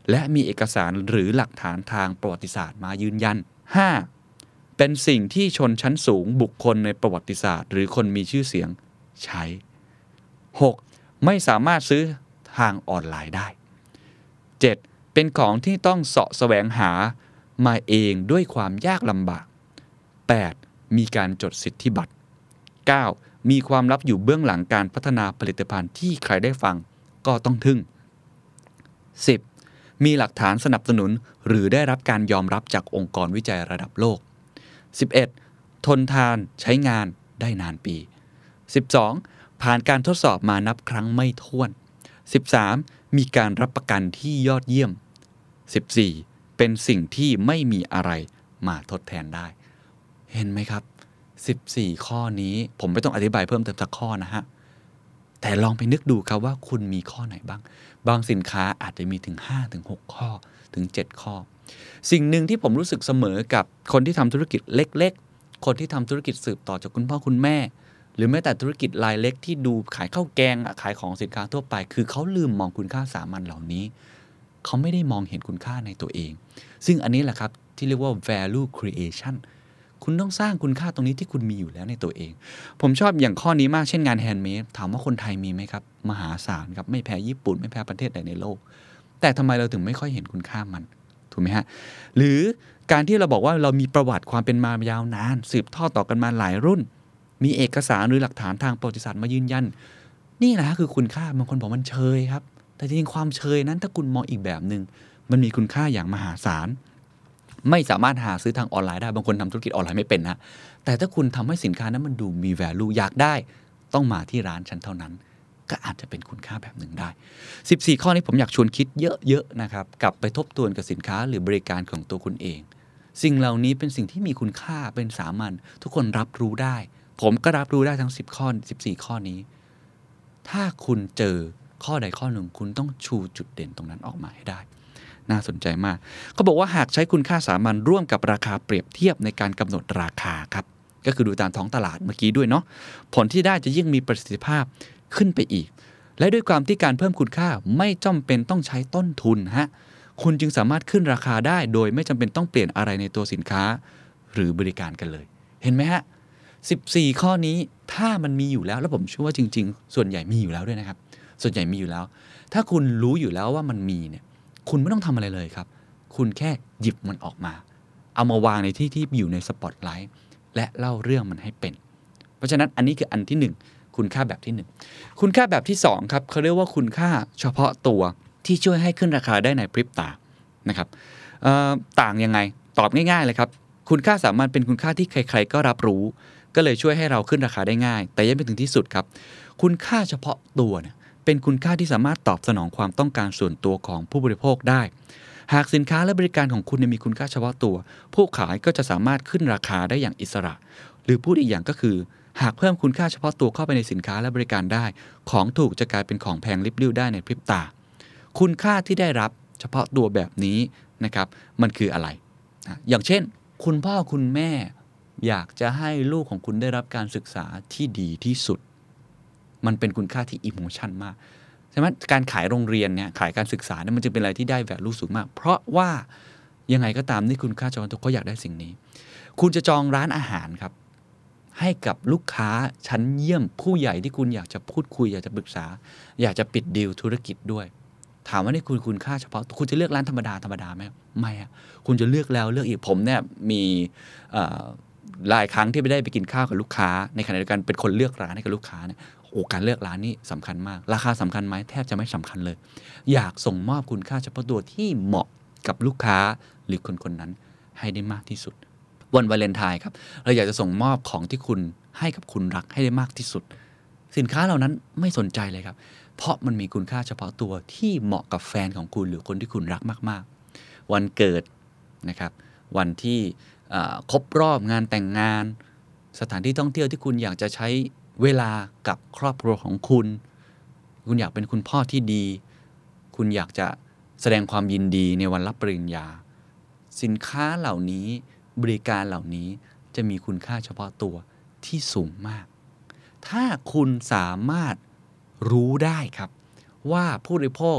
และมีเอกสารหรือหลักฐานทางประวัติศาสตร์มายืนยัน ห้า. เป็นสิ่งที่ชนชั้นสูงบุคคลในประวัติศาสตร์หรือคนมีชื่อเสียงใช้ หก. ไม่สามารถซื้อทางออนไลน์ได้ เจ็ด. เป็นของที่ต้องเสาะแสวงหามาเองด้วยความยากลำบาก แปด. มีการจดสิทธิบัตร เก้า. มีความลับอยู่เบื้องหลังการพัฒนาผลิตภัณฑ์ที่ใครได้ฟังก็ต้องทึ่ง สิบ. มีหลักฐานสนับสนุนหรือได้รับการยอมรับจากองค์กรวิจัยระดับโลก สิบเอ็ด. ทนทานใช้งานได้นานปี สิบสอง. ผ่านการทดสอบมานับครั้งไม่ถ้วน สิบสาม. มีการรับประกันที่ยอดเยี่ยม สิบสี่. เป็นสิ่งที่ไม่มีอะไรมาทดแทนได้เห็นไหมครับสิบสี่ข้อนี้ผมไม่ต้องอธิบายเพิ่มเติมสักข้อนะฮะแต่ลองไปนึกดูครับว่าคุณมีข้อไหนบ้างบางสินค้าอาจจะมีถึง ห้าถึงหก ข้อถึงเจ็ดข้อสิ่งหนึ่งที่ผมรู้สึกเสมอกับคนที่ทำธุรกิจเล็กๆคนที่ทำธุรกิจสืบต่อจากคุณพ่อคุณแม่หรือแม้แต่ธุรกิจรายเล็กที่ดูขายข้าวแกงขายของสินค้าทั่วไปคือเขาลืมมองคุณค่าสามัญเหล่านี้เขาไม่ได้มองเห็นคุณค่าในตัวเองซึ่งอันนี้แหละครับที่เรียกว่า value creation คุณต้องสร้างคุณค่าตรงนี้ที่คุณมีอยู่แล้วในตัวเองผมชอบอย่างข้อนี้มากเช่นงานแฮนด์เมดถามว่าคนไทยมีไหมครับมหาศาลครับไม่แพ้ญี่ปุ่นไม่แพ้ประเทศใดในโลกแต่ทำไมเราถึงไม่ค่อยเห็นคุณค่ามันถูกไหมฮะหรือการที่เราบอกว่าเรามีประวัติความเป็นมายาวนานสืบทอดต่อกันมาหลายรุ่นมีเอกสารหรือหลักฐานทางประวัติศาสตร์มายืนยันนี่แหละคือคุณค่าบางคนบอกมันเชยครับแต่จริงๆความเชยนั้นถ้าคุณมองอีกแบบนึงมันมีคุณค่าอย่างมหาศาลไม่สามารถหาซื้อทางออนไลน์ได้บางคนทำธุรกิจออนไลน์ไม่เป็นนะแต่ถ้าคุณทำให้สินค้านั้นมันดูมี value อยากได้ต้องมาที่ร้านฉันเท่านั้นก็อาจจะเป็นคุณค่าแบบหนึ่งได้สิบสี่ข้อนี้ผมอยากชวนคิดเยอะๆนะครับกลับไปทบทวนกับสินค้าหรือบริการของตัวคุณเองสิ่งเหล่านี้เป็นสิ่งที่มีคุณค่าเป็นสามัญทุกคนรับรู้ได้ผมก็รับรู้ได้ทั้งสิบข้อสิบสี่ข้อนี้ถ้าคุณเจอข้อใดข้อหนึ่งคุณต้องชูจุดเด่นตรงนั้นออกมาให้ได้น่าสนใจมากเขาบอกว่าหากใช้คุณค่าสามัญร่วมกับราคาเปรียบเทียบในการกำหนดราคาครับก็คือดูตามท้องตลาดเมื่อกี้ด้วยเนาะผลที่ได้จะยิ่งมีประสิทธิภาพขึ้นไปอีกและด้วยความที่การเพิ่มคุณค่าไม่จำเป็นต้องใช้ต้นทุนฮะคุณจึงสามารถขึ้นราคาได้โดยไม่จำเป็นต้องเปลี่ยนอะไรในตัวสินค้าหรือบริการกันเลยเห็นไหมฮะสิบสี่ข้อนี้ถ้ามันมีอยู่แล้วแล้วผมเชื่อว่าจริงๆส่วนใหญ่มีอยู่แล้วด้วยนะครับส่วนใหญ่มีอยู่แล้วถ้าคุณรู้อยู่แล้วว่ามันมีเนี่ยคุณไม่ต้องทำอะไรเลยครับคุณแค่หยิบมันออกมาเอามาวางในที่ที่อยู่ในสปอตไลท์และเล่าเรื่องมันให้เป็นเพราะฉะนั้นอันนี้คืออันที่หนึ่งคุณค่าแบบที่หนึ่งคุณค่าแบบที่สองครับเขาเรียกว่าคุณค่าเฉพาะตัวที่ช่วยให้ขึ้นราคาได้ในพริบตานะครับต่างยังไงตอบง่ายๆเลยครับคุณค่าสามัญเป็นคุณค่าที่ใครๆก็รับรู้ก็เลยช่วยให้เราขึ้นราคาได้ง่ายแต่ยังไม่ถึงที่สุดครับคุณค่าเฉพาะตัวเนี่ยเป็นคุณค่าที่สามารถตอบสนองความต้องการส่วนตัวของผู้บริโภคได้หากสินค้าและบริการของคุณมีคุณค่าเฉพาะตัวผู้ขายก็จะสามารถขึ้นราคาได้อย่างอิสระหรือพูดอีกอย่างก็คือหากเพิ่มคุณค่าเฉพาะตัวเข้าไปในสินค้าและบริการได้ของถูกจะกลายเป็นของแพงริบลิ่วได้ในพริบตาคุณค่าที่ได้รับเฉพาะตัวแบบนี้นะครับมันคืออะไรอย่างเช่นคุณพ่อคุณแม่อยากจะให้ลูกของคุณได้รับการศึกษาที่ดีที่สุดมันเป็นคุณค่าที่อิโมชันมากใช่ไหมการขายโรงเรียนเนี่ยขายการศึกษาเนี่ยมันจะเป็นอะไรที่ได้ value สูงมากเพราะว่ายังไงก็ตามนี่คุณค่าเฉพาะตัวเขาอยากได้สิ่งนี้คุณจะจองร้านอาหารครับให้กับลูกค้าชั้นเยี่ยมผู้ใหญ่ที่คุณอยากจะพูดคุยอยากจะปรึกษาอยากจะปิดดีลธุรกิจด้วยถามว่านี่คุณคุณค่าเฉพาะคุณจะเลือกร้านธรรมดาธรรมดาไหมไม่อะคุณจะเลือกแล้วเลือกอีกผมเนี่ยมีหลายครั้งที่ไปได้ไปกินข้าวกับลูกค้าในขณะเดียวกันเป็นคนเลือกร้านให้กับลูกค้าเนี่ยโอ้การเลือกร้านนี่สำคัญมากราคาสำคัญไหมแทบจะไม่สำคัญเลยอยากส่งมอบคุณค่าเฉพาะตัวที่เหมาะกับลูกค้าหรือคนคนนั้นให้ได้มากที่สุดวันวาเลนไทน์ครับเราอยากจะส่งมอบของที่คุณให้กับคุณรักให้ได้มากที่สุดสินค้าเหล่านั้นไม่สนใจเลยครับเพราะมันมีคุณค่าเฉพาะตัวที่เหมาะกับแฟนของคุณหรือคนที่คุณรักมากๆวันเกิดนะครับวันที่ครบรอบงานแต่งงานสถานที่ท่องเที่ยวที่คุณอยากจะใช้เวลากับครอบครัวของคุณคุณอยากเป็นคุณพ่อที่ดีคุณอยากจะแสดงความยินดีในวันรับปริญญาสินค้าเหล่านี้บริการเหล่านี้จะมีคุณค่าเฉพาะตัวที่สูงมากถ้าคุณสามารถรู้ได้ครับว่าผู้บริโภค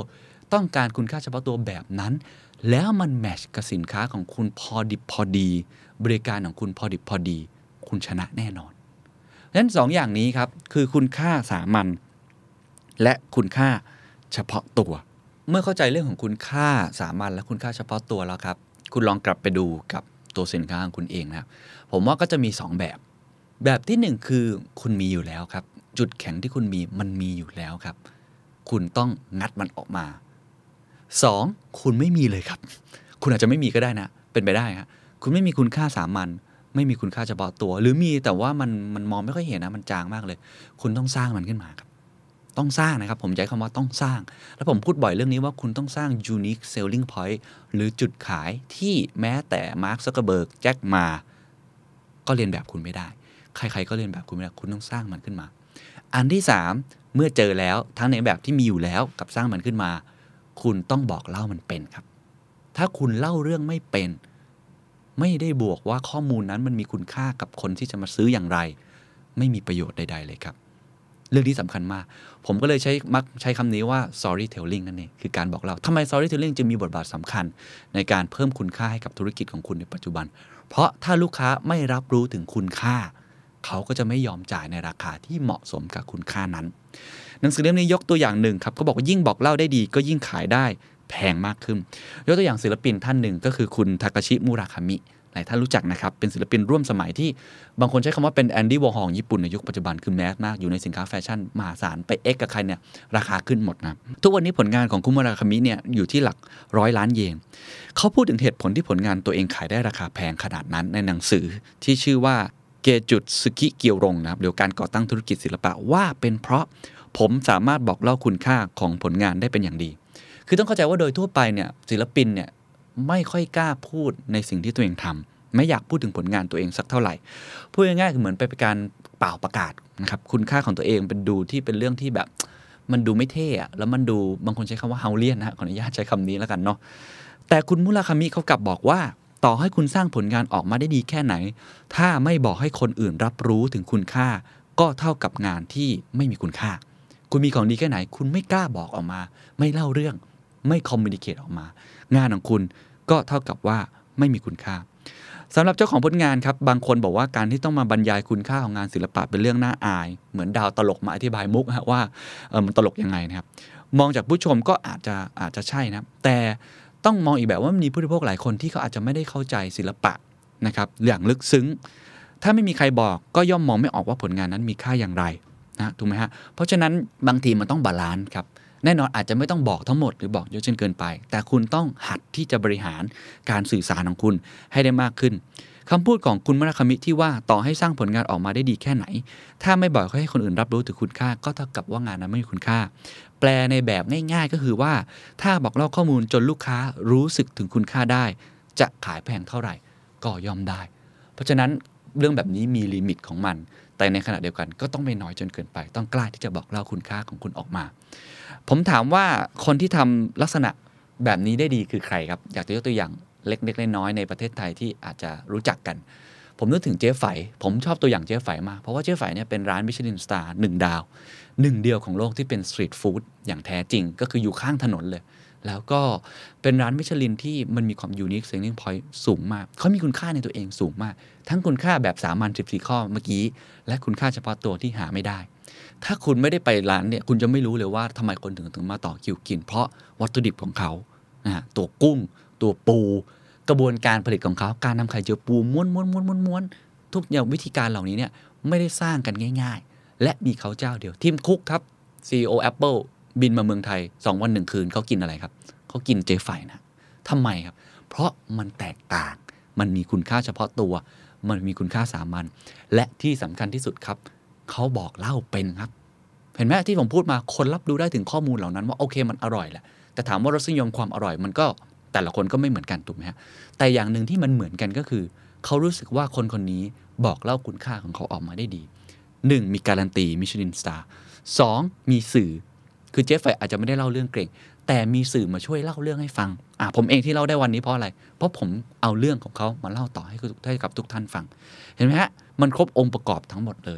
ต้องการคุณค่าเฉพาะตัวแบบนั้นแล้วมันแมทช์กับสินค้าของคุณพอดิบพอดีบริการของคุณพอดิบพอดีคุณชนะแน่นอนดังนั้นสองอย่างนี้ครับคือคุณค่าสามัญและคุณค่าเฉพาะตัวเมื่อเข้าใจเรื่องของคุณค่าสามัญและคุณค่าเฉพาะตัวแล้วครับคุณลองกลับไปดูกับตัวสินค้าของคุณเองนะครับผมว่าก็จะมีสองแบบแบบที่หนึ่งคือคุณมีอยู่แล้วครับจุดแข็งที่คุณมีมันมีอยู่แล้วครับคุณต้องงัดมันออกมาสองคุณไม่มีเลยครับคุณอาจจะไม่มีก็ได้นะเป็นไปได้ครับคุณไม่มีคุณค่าสามัญไม่มีคุณค่าเฉพาะตัวหรือมีแต่ว่ามันมันมองไม่ค่อยเห็นนะมันจางมากเลยคุณต้องสร้างมันขึ้นมาครับต้องสร้างนะครับผมใช้คำว่าต้องสร้างแล้วผมพูดบ่อยเรื่องนี้ว่าคุณต้องสร้าง unique selling point หรือจุดขายที่แม้แต่มาร์ค ซักเคอร์เบิร์ก แจ็คหม่าก็เรียนแบบคุณไม่ได้ใครๆก็เรียนแบบคุณไม่ได้คุณต้องสร้างมันขึ้นมาอันที่สามเมื่อเจอแล้วทั้งในแบบที่มีอยู่แล้วกับสร้างมันขึ้นมาคุณต้องบอกเล่ามันเป็นครับถ้าคุณเล่าเรื่องไม่เป็นไม่ได้บวกว่าข้อมูลนั้นมันมีคุณค่ากับคนที่จะมาซื้ออย่างไรไม่มีประโยชน์ใดๆเลยครับเรื่องที่สำคัญมากผมก็เลยใช้มักใช้คำนี้ว่า storytelling นั่นเองคือการบอกเล่าทำไม storytelling จึงมีบทบาทสำคัญในการเพิ่มคุณค่าให้กับธุรกิจของคุณในปัจจุบันเพราะถ้าลูกค้าไม่รับรู้ถึงคุณค่าเขาก็จะไม่ยอมจ่ายในราคาที่เหมาะสมกับคุณค่านั้นหนังสือเล่มนี้ยกตัวอย่างหนึ่งครับก็บอกว่ายิ่งบอกเล่าได้ดีก็ยิ่งขายได้แพงมากขึ้นยกตัวอย่างศิลปินท่านหนึ่งก็คือคุณทาคาชิมุราคามิหลายท่านรู้จักนะครับเป็นศิลปินร่วมสมัยที่บางคนใช้คำว่าเป็นแอนดี้วอร์ฮอลญี่ปุ่นในยุคปัจจุบันคือแมสมากอยู่ในสินค้าแฟชั่นมหาศาลไปเอ็กกับใครเนี่ยราคาขึ้นหมดนะทุกวันนี้ผลงานของคุณมุราคามิเนี่ยอยู่ที่หลักร้อยล้านเยนเขาพูดถึงเหตุผลที่ผลงานตัวเองขายได้ราคาแพงขนาดนั้นในหนังสือที่ชื่อว่าเกจุดซึกิเกียวรงนะครับเดี๋ยวการก่อตั้งธุรกิจศิลปะว่าเป็นเพราะผมสามารถบอกเล่าคุณค่าของผลงานได้เป็นอย่างดีคือต้องเข้าใจว่าโดยทั่วไปเนี่ยศิลปินเนี่ยไม่ค่อยกล้าพูดในสิ่งที่ตัวเองทำไม่อยากพูดถึงผลงานตัวเองสักเท่าไหร่พูดง่ายๆคือเหมือนไปเป็นการเป่าประกาศนะครับคุณค่าของตัวเองเป็นดูที่เป็นเรื่องที่แบบมันดูไม่เท่อะแล้วมันดูบางคนใช้คำว่าเฮาเลียนนะฮะขออนุญาตใช้คำนี้แล้วกันเนาะแต่คุณมุราคามิเขากลับบอกว่าต่อให้คุณสร้างผลงานออกมาได้ดีแค่ไหนถ้าไม่บอกให้คนอื่นรับรู้ถึงคุณค่าก็เท่ากับงานที่ไม่มีคุณค่าคุณมีของดีแค่ไหนคุณไม่กล้าบอกออกมาไม่เล่าเรื่องไม่คอมมิวนิเคตออกมางานของคุณก็เท่ากับว่าไม่มีคุณค่าสำหรับเจ้าของผลงานครับบางคนบอกว่าการที่ต้องมาบรรยายคุณค่าของงานศิลปะเป็นเรื่องน่าอายเหมือนดาวตลกมาอธิบายมุกฮะว่าเออมันตลกยังไงนะครับมองจากผู้ชมก็อาจจะอาจจะใช่นะแต่ต้องมองอีกแบบว่ามีผู้บริโภคหลายคนที่เขาอาจจะไม่ได้เข้าใจศิลปะนะครับอย่างลึกซึ้งถ้าไม่มีใครบอกก็ย่อมมองไม่ออกว่าผลงานนั้นมีค่าอย่างไรนะถูกไหมฮะเพราะฉะนั้นบางทีมันต้องบาลานซ์ครับแน่นอนอาจจะไม่ต้องบอกทั้งหมดหรือบอกเยอะจนเกินไปแต่คุณต้องหัดที่จะบริหารการสื่อสารของคุณให้ได้มากขึ้นคำพูดของคุณมุราคามิที่ว่าต่อให้สร้างผลงานออกมาได้ดีแค่ไหนถ้าไม่บอกให้คนอื่นรับรู้ถึงคุณค่าก็เท่ากับว่างานนั้นไม่มีคุณค่าแปลในแบบง่ายๆก็คือว่าถ้าบอกเล่าข้อมูลจนลูกค้ารู้สึกถึงคุณค่าได้จะขายแพงเท่าไหร่ก็ย่อมได้เพราะฉะนั้นเรื่องแบบนี้มีลิมิตของมันแต่ในขณะเดียวกันก็ต้องไม่น้อยจนเกินไปต้องกล้าที่จะบอกเล่าคุณค่าของคุณออกมาผมถามว่าคนที่ทำลักษณะแบบนี้ได้ดีคือใครครับอยากจะยกตัวอย่างเล็กๆน้อยๆในประเทศไทยที่อาจจะรู้จักกันผมนึกถึงเจ๊ไฝผมชอบตัวอย่างเจ๊ไฝมากเพราะว่าเจ๊ไฝเนี่ยเป็นร้านมิชลินสตาร์หนึ่งดาวหนึ่งเดียวของโลกที่เป็นสตรีทฟู้ดอย่างแท้จริงก็คืออยู่ข้างถนนเลยแล้วก็เป็นร้านมิชลินที่มันมีความยูนิคเซลลิ่งพอยต์สูงมากเขามีคุณค่าในตัวเองสูงมากทั้งคุณค่าแบบสามัญสิบสี่ข้อเมื่อกี้และคุณค่าเฉพาะตัวที่หาไม่ได้ถ้าคุณไม่ได้ไปร้านเนี่ยคุณจะไม่รู้เลยว่าทำไมคนถึงถึงมาต่อคิวกินเพราะวัตถุดิบของเขานะฮะตัวกุ้งตัวปูกระบวนการผลิตของเขาการนำไข่เจียวปูม้วนม้วนม้วนม้วนม้วนทุกอย่างวิธีการเหล่านี้เนี่ยไม่ได้สร้างกันง่ายๆและมีเขาเจ้าเดียวทีมคุกครับ ซี อี โอ Apple บินมาเมืองไทยสองวันหนึ่งคืนเขากินอะไรครับเขากินเจไฝนะทำไมครับเพราะมันแตกต่างมันมีคุณค่าเฉพาะตัวมันมีคุณค่าสามัญและที่สำคัญที่สุดครับเขาบอกเล่าเป็นครับเห็นไหมที่ผมพูดมาคนรับรู้ได้ถึงข้อมูลเหล่านั้นว่าโอเคมันอร่อยแหละแต่ถามว่ารสนิยมความอร่อยมันก็แต่ละคนก็ไม่เหมือนกันถูกไหมฮะแต่อย่างหนึ่งที่มันเหมือนกันก็คือเขารู้สึกว่าคนคนนี้บอกเล่าคุณค่าของเขาออกมาได้ดีหนึ่งมีการันตีมิชลินสตาร์สองมีสื่อคือเจฟไฝอาจจะไม่ได้เล่าเรื่องเก่งแต่มีสื่อมาช่วยเล่าเรื่องให้ฟังอ่ะผมเองที่เล่าได้วันนี้เพราะอะไรเพราะผมเอาเรื่องของเขามาเล่าต่อให้ให้กับทุกท่านฟังเห็นไหมฮะมันครบองค์ประกอบทั้งหมดเลย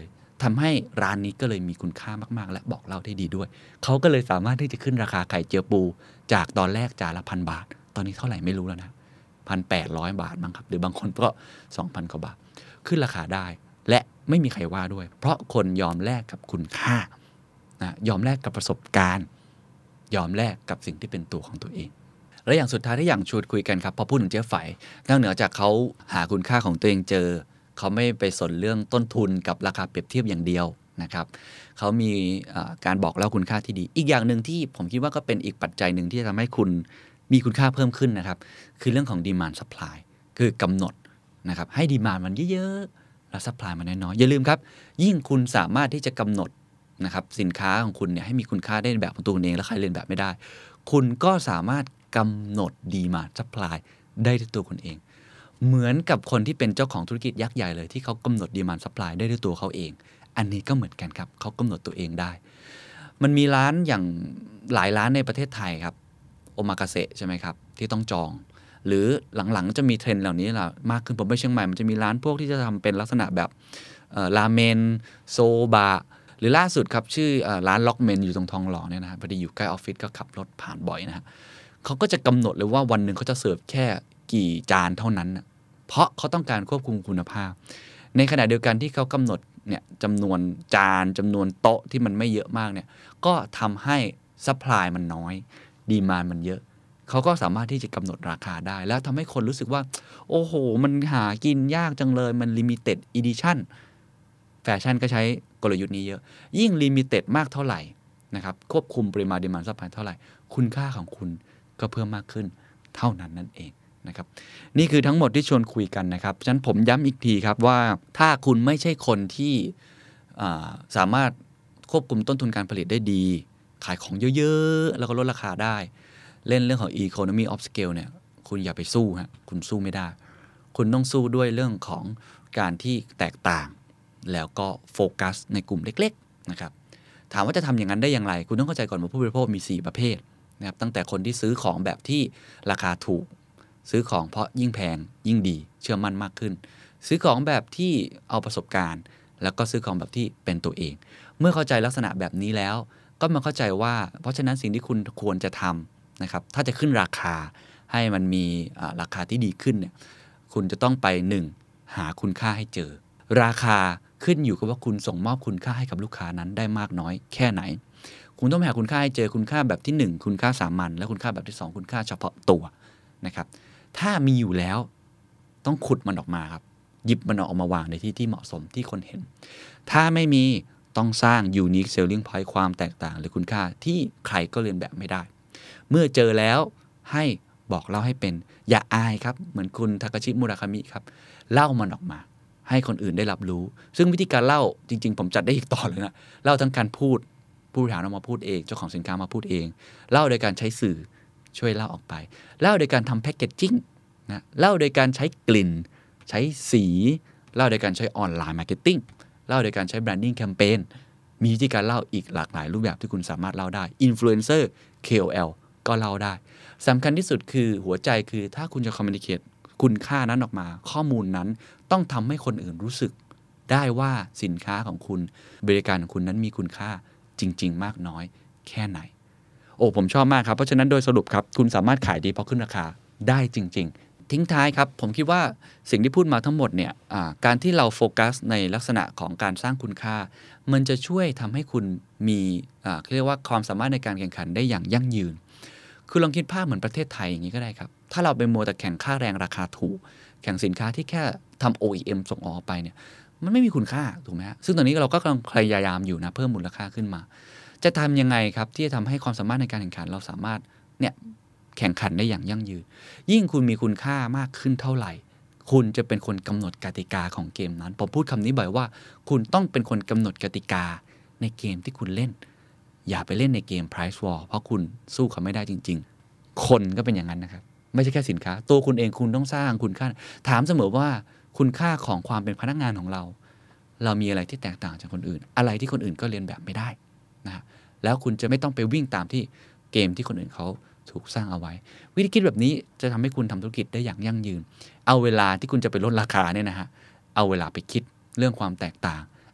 ทำให้ร้านนี้ก็เลยมีคุณค่ามากๆและบอกเล่าได้ดีด้วยเขาก็เลยสามารถที่จะขึ้นราคาไข่เจียวปูจากตอนแรกจานละพันบาทตอนนี้เท่าไหร่ไม่รู้แล้วนะ หนึ่งพันแปดร้อย บาทมั้งครับหรือบางคนก็ สองพัน กว่าบาทขึ้นราคาได้และไม่มีใครว่าด้วยเพราะคนยอมแลกกับคุณค่านะยอมแลกกับประสบการณ์ยอมแลกกับสิ่งที่เป็นตัวของตัวเองและอย่างสุดท้ายที่อย่างชวนคุยกันครับพอพูดถึงเจ๊ไฝนอกเหนือจากเขาหาคุณค่าของตัวเองเจอเขาไม่ไปสนเรื่องต้นทุนกับราคาเปรียบเทียบอย่างเดียวนะครับเขามีการบอกเล่าคุณค่าที่ดีอีกอย่างหนึ่งที่ผมคิดว่าก็เป็นอีกปัจจัยหนึ่งที่จะทำให้คุณมีคุณค่าเพิ่มขึ้นนะครับคือเรื่องของ demand supply คือกำหนดนะครับให้ demand มันเยอะๆแล้ว supply มันน้อยๆอย่าลืมครับยิ่งคุณสามารถที่จะกำหนดนะครับสินค้าของคุณเนี่ยให้มีคุณค่าได้แบบของตัวคุณเองและใครเรียนแบบไม่ได้คุณก็สามารถกำหนด demand supply ได้ด้วยตัวคุณเองเหมือนกับคนที่เป็นเจ้าของธุรกิจยักษ์ใหญ่เลยที่เขากำหนด demand supply ได้ด้วยตัวเขาเองอันนี้ก็เหมือนกันครับเขากำหนดตัวเองได้มันมีร้านอย่างหลายร้านในประเทศไทยครับโอมากาเสะใช่ไหมครับที่ต้องจองหรือหลังๆจะมีเทรนด์เหล่านี้แหละมากขึ้นผมไปเชียงใหม่มันจะมีร้านพวกที่จะทำเป็นลักษณะแบบราเมนโซบะหรือล่าสุดครับชื่อร้านล็อกเมนอยู่ตรงทองหล่อเนี่ยนะพอดีอยู่ใกล้ออฟฟิศก็ขับรถผ่านบ่อยนะฮะเขาก็จะกำหนดเลยว่าวันหนึ่งเขาจะเสิร์ฟแค่กี่จานเท่านั้นนะเพราะเขาต้องการควบคุมคุณภาพในขณะเดียวกันที่เขากำหนดเนี่ยจำนวนจานจำนวนโต๊ะที่มันไม่เยอะมากเนี่ยก็ทำให้ซัพพลายมันน้อยดีมานด์มันเยอะเขาก็สามารถที่จะกำหนดราคาได้แล้วทำให้คนรู้สึกว่าโอ้โหมันหากินยากจังเลยมันลิมิเต็ดอีดิชั่นแฟชั่นก็ใช้กลยุทธ์นี้เยอะยิ่งลิมิเต็ดมากเท่าไหร่นะครับควบคุมปริมาณดีมานด์ซัพพลายเท่าไหร่คุณค่าของคุณก็เพิ่มมากขึ้นเท่านั้นนั่นเองนะครับนี่คือทั้งหมดที่ชวนคุยกันนะครับฉะนั้นผมย้ำอีกทีครับว่าถ้าคุณไม่ใช่คนที่สามารถควบคุมต้นทุนการผลิตได้ดีขายของเยอะๆแล้วก็ลดราคาได้เล่นเรื่องของ economy of scale เนี่ยคุณอย่าไปสู้ฮะคุณสู้ไม่ได้คุณต้องสู้ด้วยเรื่องของการที่แตกต่างแล้วก็โฟกัสในกลุ่มเล็กๆนะครับถามว่าจะทำอย่างนั้นได้อย่างไรคุณต้องเข้าใจก่อนว่าผู้บริโภคมีสี่ประเภทนะครับตั้งแต่คนที่ซื้อของแบบที่ราคาถูกซื้อของเพราะยิ่งแพงยิ่งดีเชื่อมั่นมากขึ้นซื้อของแบบที่เอาประสบการณ์แล้วก็ซื้อของแบบที่เป็นตัวเองเมื่อเข้าใจลักษณะแบบนี้แล้วก็มาเข้าใจว่าเพราะฉะนั้นสิ่งที่คุณควรจะทำนะครับถ้าจะขึ้นราคาให้มันมีราคาที่ดีขึ้นเนี่ยคุณจะต้องไปหนึ่งหาคุณค่าให้เจอราคาขึ้นอยู่กับว่าคุณส่งมอบคุณค่าให้กับลูกค้านั้นได้มากน้อยแค่ไหนคุณต้องหาคุณค่าให้เจอคุณค่าแบบที่หนึ่งคุณค่าสามัญและคุณค่าแบบที่สองคุณค่าเฉพาะตัวนะครับถ้ามีอยู่แล้วต้องขุดมันออกมาครับหยิบมันออกมาวางในที่ที่เหมาะสมที่คนเห็นถ้าไม่มีต้องสร้าง unique selling point ความแตกต่างหรือคุณค่าที่ใครก็เรียนแบบไม่ได้เมื่อเจอแล้วให้บอกเล่าให้เป็นอย่าอายครับเหมือนคุณทาคาชิมุราคามิครับเล่ามันออกมาให้คนอื่นได้รับรู้ซึ่งวิธีการเล่าจริงๆผมจัดได้อีกตอนเลยนะเล่าทั้งการพูดผู้บริหารออกมาพูดเองเจ้าของสินค้ามาพูดเองเล่าโดยการใช้สื่อช่วยเล่าออกไปเล่าโดยการทำแพคเกจจิ้งนะเล่าโดยการใช้กลิ่นใช้สีเล่าโดยการใช้ออนไลน์มาร์เก็ตติ้งเล่าโดยการใช้แบรนดิ้งแคมเปญมีวิธีการเล่าอีกหลากหลายรูปแบบที่คุณสามารถเล่าได้อินฟลูเอนเซอร์ เค โอ แอล ก็เล่าได้สำคัญที่สุดคือหัวใจคือถ้าคุณจะคอมมิวนิเคตคุณค่านั้นออกมาข้อมูลนั้นต้องทำให้คนอื่นรู้สึกได้ว่าสินค้าของคุณบริการของคุณนั้นมีคุณค่าจริงๆมากน้อยแค่ไหนโอ้ผมชอบมากครับเพราะฉะนั้นโดยสรุปครับคุณสามารถขายดีเพราะขึ้นราคาได้จริงๆทิ้งท้ายครับผมคิดว่าสิ่งที่พูดมาทั้งหมดเนี่ยการที่เราโฟกัสในลักษณะของการสร้างคุณค่ามันจะช่วยทำให้คุณมีเรียกว่าความสามารถในการแข่งขันได้อย่างยั่งยืนคือลองคิดภาพเหมือนประเทศไทยอย่างนี้ก็ได้ครับถ้าเราไปมัวแต่แข่งค่าแรงราคาถูกแข่งสินค้าที่แค่ทำ โอ อี เอ็ม ส่งออกไปเนี่ยมันไม่มีคุณค่าถูกไหมฮะซึ่งตอนนี้เราก็กำลังพยายามอยู่นะเพิ่มมูลค่าขึ้นมาจะทำยังไงครับที่จะทำให้ความสามารถในการแข่งขันเราสามารถเนี่ยแข่งขันได้อย่างยั่งยืนยิ่งคุณมีคุณค่ามากขึ้นเท่าไหร่คุณจะเป็นคนกำหนดกติกาของเกมนั้นผมพูดคำนี้บ่อยว่าคุณต้องเป็นคนกำหนดกติกาในเกมที่คุณเล่นอย่าไปเล่นในเกม price war เพราะคุณสู้เขาไม่ได้จริงๆคนก็เป็นอย่างนั้นนะครับไม่ใช่แค่สินค้าตัวคุณเองคุณต้องสร้างคุณค่าถามเสมอว่าคุณค่าของความเป็นพนักงานของเราเรามีอะไรที่แตกต่างจากคนอื่นอะไรที่คนอื่นก็เรียนแบบไม่ได้นะแล้วคุณจะไม่ต้องไปวิ่งตามที่เกมที่คนอื่นเขาถูกสร้างเอาไว้วิธีคิดแบบนี้จะทำให้คุณทำธุรกิจได้อย่างยั่งยืนเอาเวลาที่คุณจะไปลดราคาเนี่ยนะฮะเอาเวลาไปคิดเรื่องความแตกต่าง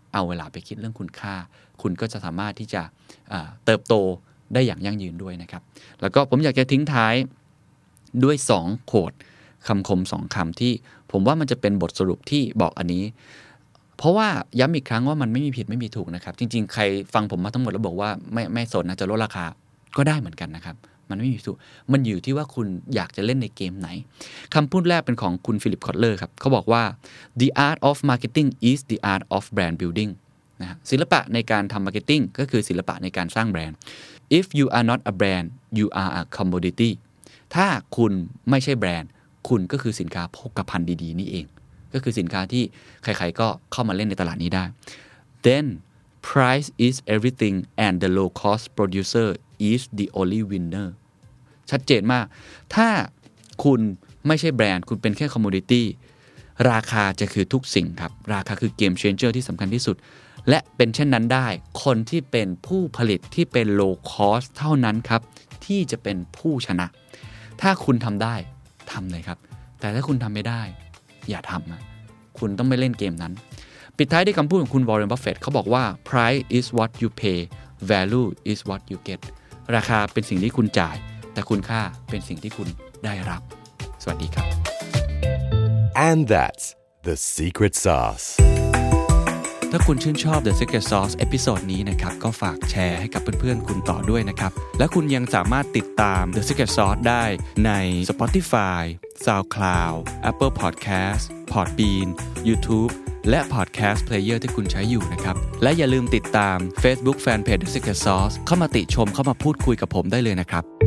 เอาเวลาไปคิดเรื่องคุณค่าคุณก็จะสามารถที่จะเติบโตได้อย่างยั่งยืนด้วยนะครับแล้วก็ผมอยากจะทิ้งท้ายด้วยสองโคดคำคมสองคำที่ผมว่ามันจะเป็นบทสรุปที่บอกอันนี้เพราะว่าย้ำอีกครั้งว่ามันไม่มีผิดไม่มีถูกนะครับจริงๆใครฟังผมมาทั้งหมดแล้วบอกว่าไม่ไม่สนนะจะลดราคาก็ได้เหมือนกันนะครับมันไม่มีถูกมันอยู่ที่ว่าคุณอยากจะเล่นในเกมไหนคำพูดแรกเป็นของคุณฟิลิปคอตเลอร์ครับเขาบอกว่า the art of marketing is the art of brand building นะศิลปะในการทำมาร์เก็ตติ้งก็คือศิลปะในการสร้างแบรนด์ if you are not a brand you are a commodity ถ้าคุณไม่ใช่แบรนด์คุณก็คือสินค้าโภคภัณฑ์ดีๆนี่เองก็คือสินค้าที่ใครๆก็เข้ามาเล่นในตลาดนี้ได้ then price is everything and the low cost producer is the only winner ชัดเจนมากถ้าคุณไม่ใช่แบรนด์คุณเป็นแค่ commodity ราคาจะคือทุกสิ่งครับราคาคือ game changer ที่สำคัญที่สุดและเป็นเช่นนั้นได้คนที่เป็นผู้ผลิตที่เป็น low cost เท่านั้นครับที่จะเป็นผู้ชนะถ้าคุณทำได้ทำเลยครับแต่ถ้าคุณทำไม่ได้อย่าทำนะคุณต้องไม่เล่นเกมนั้นปิดท้ายด้วยคำพูดของคุณวอร์เรน บัฟเฟตต์เขาบอกว่า price is what you pay value is what you get ราคาเป็นสิ่งที่คุณจ่ายแต่คุณค่าเป็นสิ่งที่คุณได้รับสวัสดีครับ And that's the secret sauce ถ้าคุณชื่นชอบ The Secret Sauce เอพิโซดนี้นะครับก็ฝากแชร์ให้กับเพื่อนๆคุณต่อด้วยนะครับและคุณยังสามารถติดตาม The Secret Sauce ได้ใน Spotify, SoundCloud, Apple Podcast, Podbean, YouTube และ Podcast Player ที่คุณใช้อยู่นะครับและอย่าลืมติดตาม Facebook Fanpage The Secret Sauce เข้ามาติชมเข้ามาพูดคุยกับผมได้เลยนะครับ